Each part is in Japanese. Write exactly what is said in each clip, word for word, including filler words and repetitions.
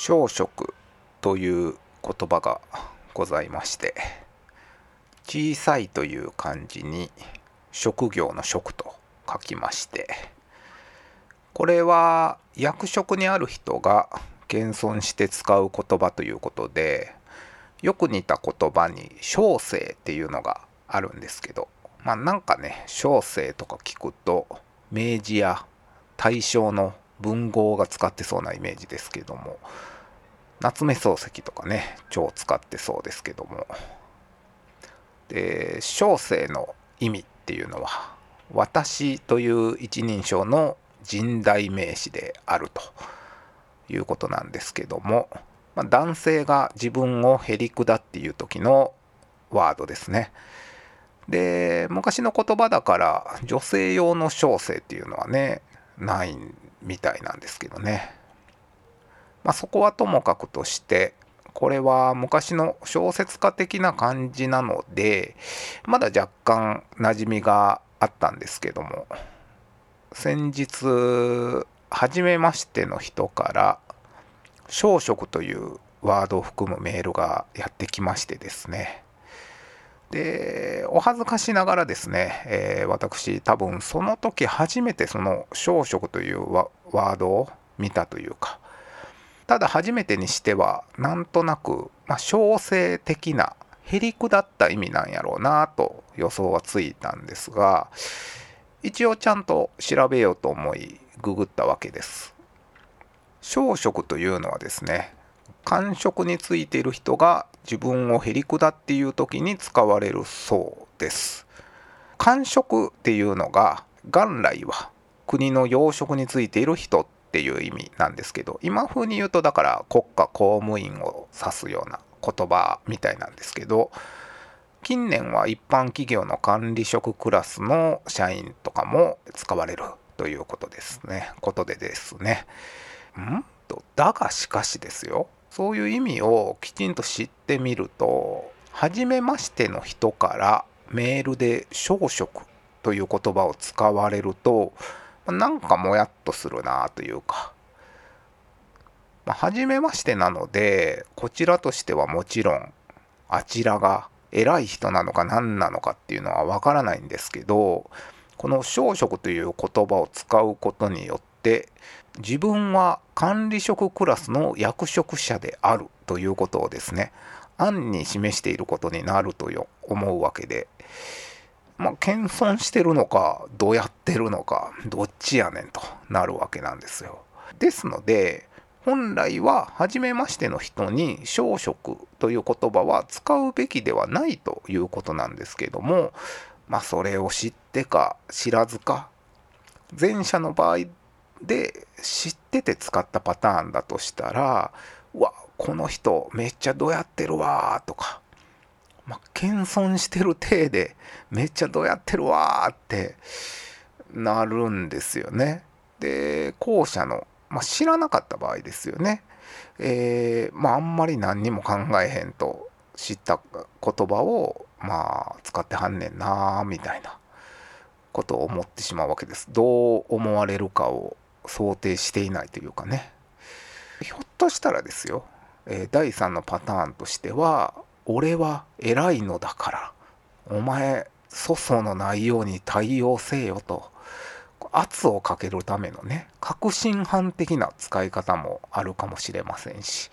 小食という言葉がございまして、小さいという漢字に職業の職と書きまして、これは役職にある人が謙遜して使う言葉ということで、よく似た言葉に小生っていうのがあるんですけど、まあなんかね、小生とか聞くと明治や大正の文豪が使ってそうなイメージですけども、夏目漱石とかね超使ってそうですけども、で小生の意味っていうのは私という一人称の人代名詞であるということなんですけども、まあ、男性が自分をへりくだっていう時のワードですね。で昔の言葉だから女性用の小生っていうのはねないみたいなんですけどね。まあ、そこはともかくとして、これは昔の小説家的な感じなのでまだ若干馴染みがあったんですけども、先日初めましての人から小食というワードを含むメールがやってきましてですね、でお恥ずかしながらですね、えー私多分その時初めてその小食というワードを見たというか、ただ初めてにしてはなんとなく、まあ、小生的なへりくだった意味なんやろうなと予想はついたんですが、一応ちゃんと調べようと思いググったわけです。小食というのはですね、官職についている人が自分をへりくだっていう時に使われるそうです。官職っていうのが元来は国の要職についている人っていう意味なんですけど、今風に言うとだから国家公務員を指すような言葉みたいなんですけど、近年は一般企業の管理職クラスの社員とかも使われるということですね。ことでですね。んとだがしかしですよ。そういう意味をきちんと知ってみると、初めましての人からメールで小食という言葉を使われると、なんかもやっとするなというか、まあ、初めましてなので、こちらとしてはもちろん、あちらが偉い人なのか何なのかっていうのはわからないんですけど、この小食という言葉を使うことによって、自分は管理職クラスの役職者であるということをですね、暗に示していることになると思うわけで、まあ、謙遜してるのか、どうやってるのか、どっちやねんとなるわけなんですよ。ですので、本来は初めましての人に小食という言葉は使うべきではないということなんですけども、まあそれを知ってか知らずか、前者の場合で知ってて使ったパターンだとしたら、うわこの人めっちゃどうやってるわーとか、まあ、謙遜してる体でめっちゃどうやってるわーってなるんですよね。で後者の、まあ、知らなかった場合ですよね。えー、まああんまり何にも考えへんと知った言葉をまあ使ってはんねんなーみたいなことを思ってしまうわけです。どう思われるかを想定していないというかね。ひょっとしたらですよ、えー、だいさんのパターンとしては、俺は偉いのだからお前粗相のないように対応せよと圧をかけるためのね、確信犯的な使い方もあるかもしれませんし、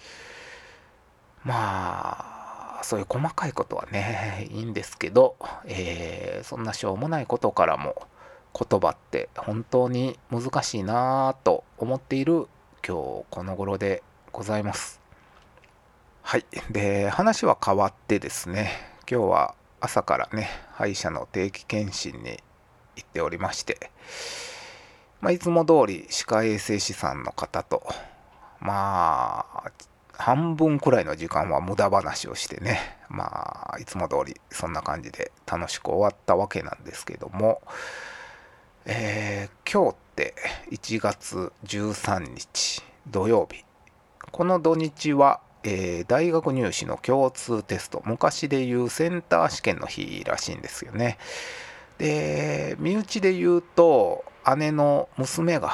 まあそういう細かいことはねいいんですけど、えーそんなしょうもないことからも言葉って本当に難しいなぁと思っている今日この頃でございます。はい。で、話は変わってですね、今日は朝からね、歯医者の定期検診に行っておりまして、まあ、いつも通り歯科衛生士さんの方と、まあ、半分くらいの時間は無駄話をしてね、まあ、いつも通りそんな感じで楽しく終わったわけなんですけども、えー今日っていちがつじゅうさんにち土曜日。この土日は、えー大学入試の共通テスト、昔でいうセンター試験の日らしいんですよね。で、身内で言うと姉の娘が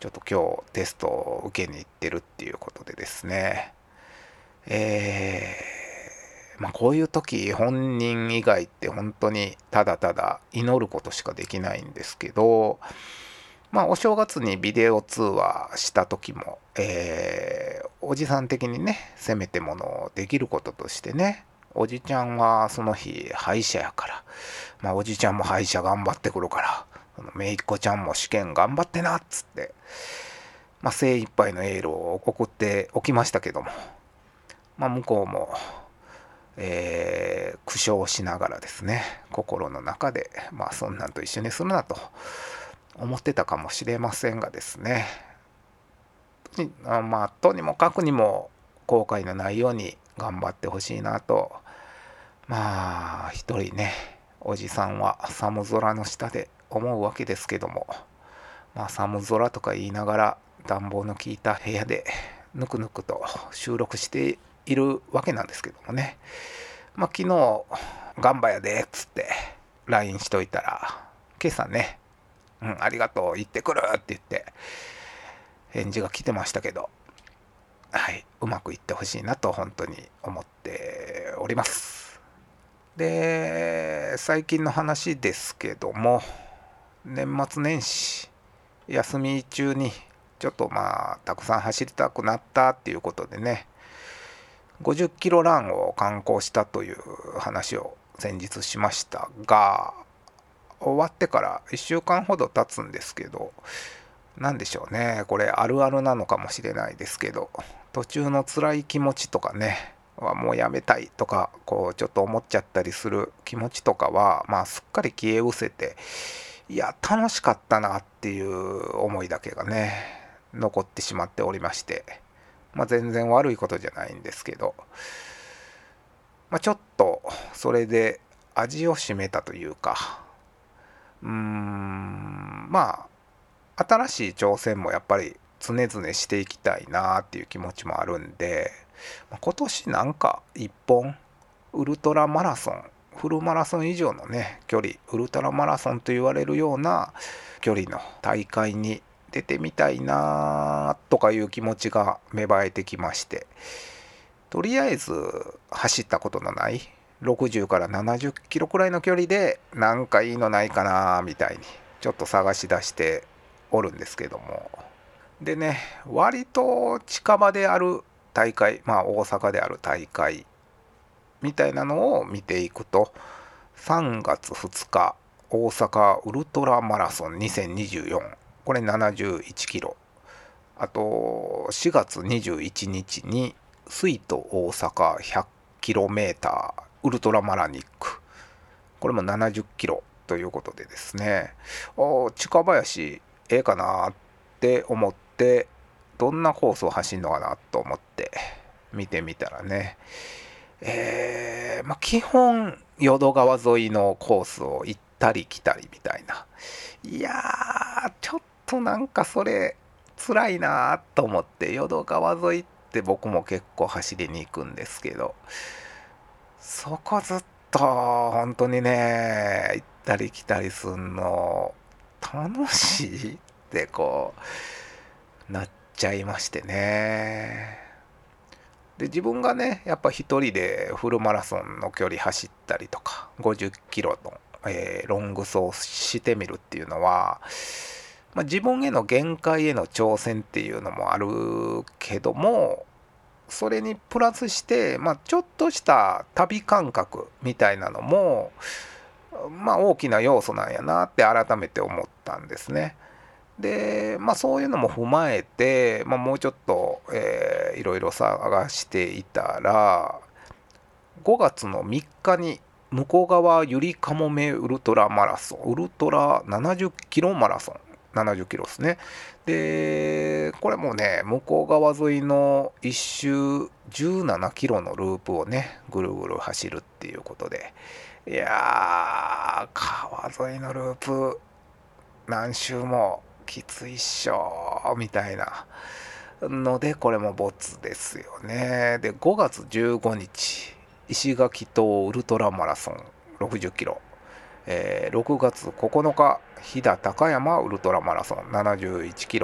ちょっと今日テストを受けに行ってるっていうことでですね、えー、まあこういう時本人以外って本当にただただ祈ることしかできないんですけど、まあお正月にビデオ通話した時も、えー、おじさん的にね、せめてものできることとしてね、おじちゃんはその日歯医者やから、まあおじちゃんも歯医者頑張ってくるから、めいっ子ちゃんも試験頑張ってなっつって、まあ、精一杯のエールを送っておきましたけども、まあ、向こうも、えー、苦笑しながらですね、心の中で、まあ、そんなんと一緒にするなと思ってたかもしれませんがですね、とにまあ、とにもかくにも後悔のないように頑張ってほしいなと、まあ一人ね、おじさんは寒空の下で思うわけですけども、まあ寒空とか言いながら暖房の効いた部屋でぬくぬくと収録しているわけなんですけどもね、まあ昨日ガンバやでっつって ライン しといたら、今朝ね、うん、ありがとう行ってくるって言って返事が来てましたけど、はい、うまくいってほしいなと本当に思っております。で、最近の話ですけども、年末年始休み中にちょっとまあたくさん走りたくなったっていうことでね、ごじゅっキロランを観光したという話を先日しましたが、終わってからいっしゅうかんほど経つんですけど、なんでしょうね、これあるあるなのかもしれないですけど、途中の辛い気持ちとかね、はもうやめたいとか、こうちょっと思っちゃったりする気持ちとかは、まあすっかり消え失せて、いや楽しかったなっていう思いだけがね残ってしまっておりまして、まあ全然悪いことじゃないんですけど、まあちょっとそれで味を占めたというか、うーんまあ新しい挑戦もやっぱり常々していきたいなっていう気持ちもあるんで、今年なんか一本ウルトラマラソン、フルマラソン以上のね距離、ウルトラマラソンと言われるような距離の大会に出てみたいなとかいう気持ちが芽生えてきまして、とりあえず走ったことのないろくじゅうからななじゅっキロくらいの距離でなんかいいのないかなみたいにちょっと探し出しておるんですけども、でね、割と近場である大会、まあ大阪である大会みたいなのを見ていくと、さんがつふつか大阪ウルトラマラソンにせんにじゅうよん、これななじゅういちキロ、あとしがつにじゅういちにちに水都大阪 ひゃくキロメーター ウルトラマラニック、これもななじゅっキロということでですね、お近林ええかなって思って、どんなコースを走るのかなと思って見てみたらね、えーまあ、基本淀川沿いのコースを行ったり来たりみたいな、いやーちょっとなんかそれ辛いなと思って、淀川沿いって僕も結構走りに行くんですけど、そこずっと本当にね行ったり来たりすんの楽しいってこうなっちゃいましてね。で自分がねやっぱ一人でフルマラソンの距離走ったりとかごじゅっキロの、えーロング走してみるっていうのは、まあ、自分への限界への挑戦っていうのもあるけども、それにプラスして、まあ、ちょっとした旅感覚みたいなのも、まあ、大きな要素なんやなって改めて思ったんですね。で、まあ、そういうのも踏まえて、まあ、もうちょっと、えーいろいろ探していたら、ごがつのみっかに向こう側ゆりかもめウルトラマラソン、ウルトラななじゅっキロマラソン、ななじゅっキロですね。で、これもね、向こう側沿いの一周じゅうななキロのループをね、ぐるぐる走るっていうことで、いやー、川沿いのループ、何周もきついっしょみたいなので、これもボツですよね。でごがつじゅうごにち石垣島ウルトラマラソンろくじゅっキロ、えー、ろくがつここのか飛騨高山ウルトラマラソンななじゅういちキロ、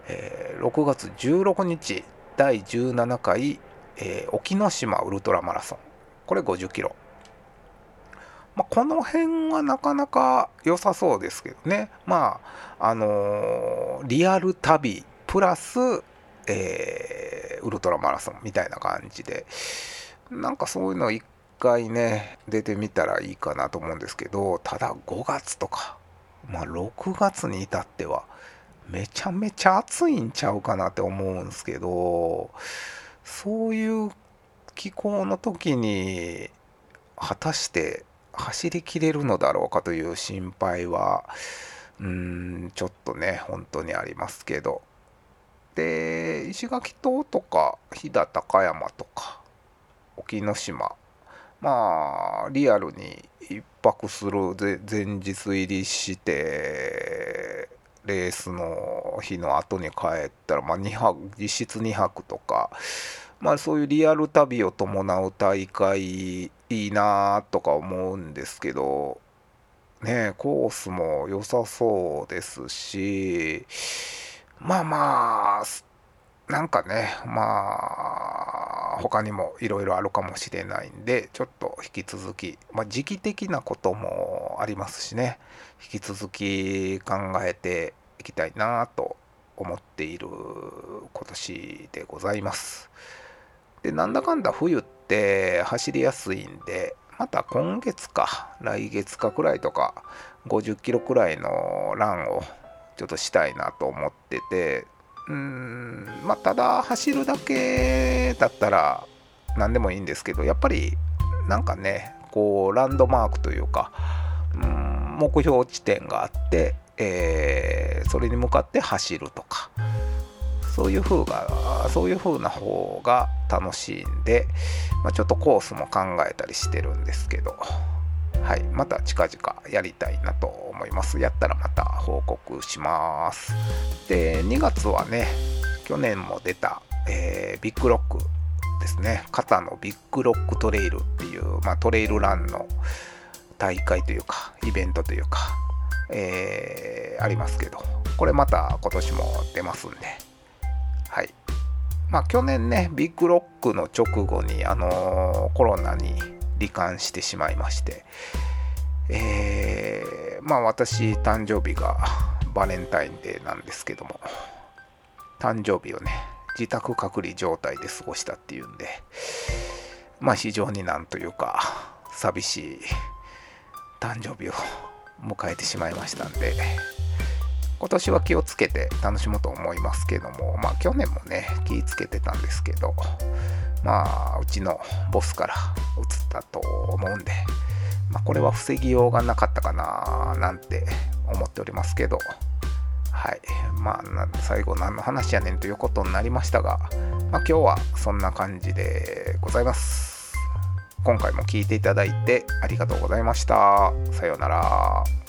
えー、ろくがつじゅうろくにちだいじゅうななかい、えー、沖ノ島ウルトラマラソン、これごじゅっキロ、まあ、この辺はなかなか良さそうですけどね。まああのー、リアル旅プラス、えー、ウルトラマラソンみたいな感じで、なんかそういうの一回ね出てみたらいいかなと思うんですけど、ただごがつとか、まあ、ろくがつに至ってはめちゃめちゃ暑いんちゃうかなって思うんですけど、そういう気候の時に果たして走りきれるのだろうかという心配はうーんちょっとね本当にありますけど、で石垣島とか飛騨高山とか沖ノ島、まあリアルに一泊するで前日入りしてレースの日の後に帰ったら、まあ、にはく実質にはくとか、まあそういうリアル旅を伴う大会いいなとか思うんですけどね、コースも良さそうですし、まあまあなんかね、まあ他にもいろいろあるかもしれないんで、ちょっと引き続き、まあ、時期的なこともありますしね、引き続き考えていきたいなと思っている今年でございます。でなんだかんだ冬って走りやすいんで、また今月か来月かくらいとかごじゅっキロくらいのランをちょっとしたいなと思ってて、うーんまあただ走るだけだったら何でもいいんですけど、やっぱりなんかねこうランドマークというか、うーん目標地点があって、えーそれに向かって走るとか、そういう風がそういう風な方が楽しいんで、まあ、ちょっとコースも考えたりしてるんですけど、はい、また近々やりたいなと思います。やったらまた報告します。でにがつはね、去年も出た、えービッグロックですね、肩のビッグロックトレイルっていう、まあ、トレイルランの大会というかイベントというか、えーありますけど、これまた今年も出ますんで、はい、まあ去年ねビッグロックの直後にあのーコロナに罹患してしまいまして、えーまあ私誕生日がバレンタインデーなんですけども、誕生日をね自宅隔離状態で過ごしたっていうんで、まあ非常になんというか寂しい誕生日を迎えてしまいましたんで、今年は気をつけて楽しもうと思いますけども、まあ去年もね気をつけてたんですけど、まあうちのボスから移ったと思うんで、まあ、これは防ぎようがなかったかななんて思っておりますけど、はい、まあ最後何の話やねんということになりましたが、まあ、今日はそんな感じでございます。今回も聞いていただいてありがとうございました。さようなら。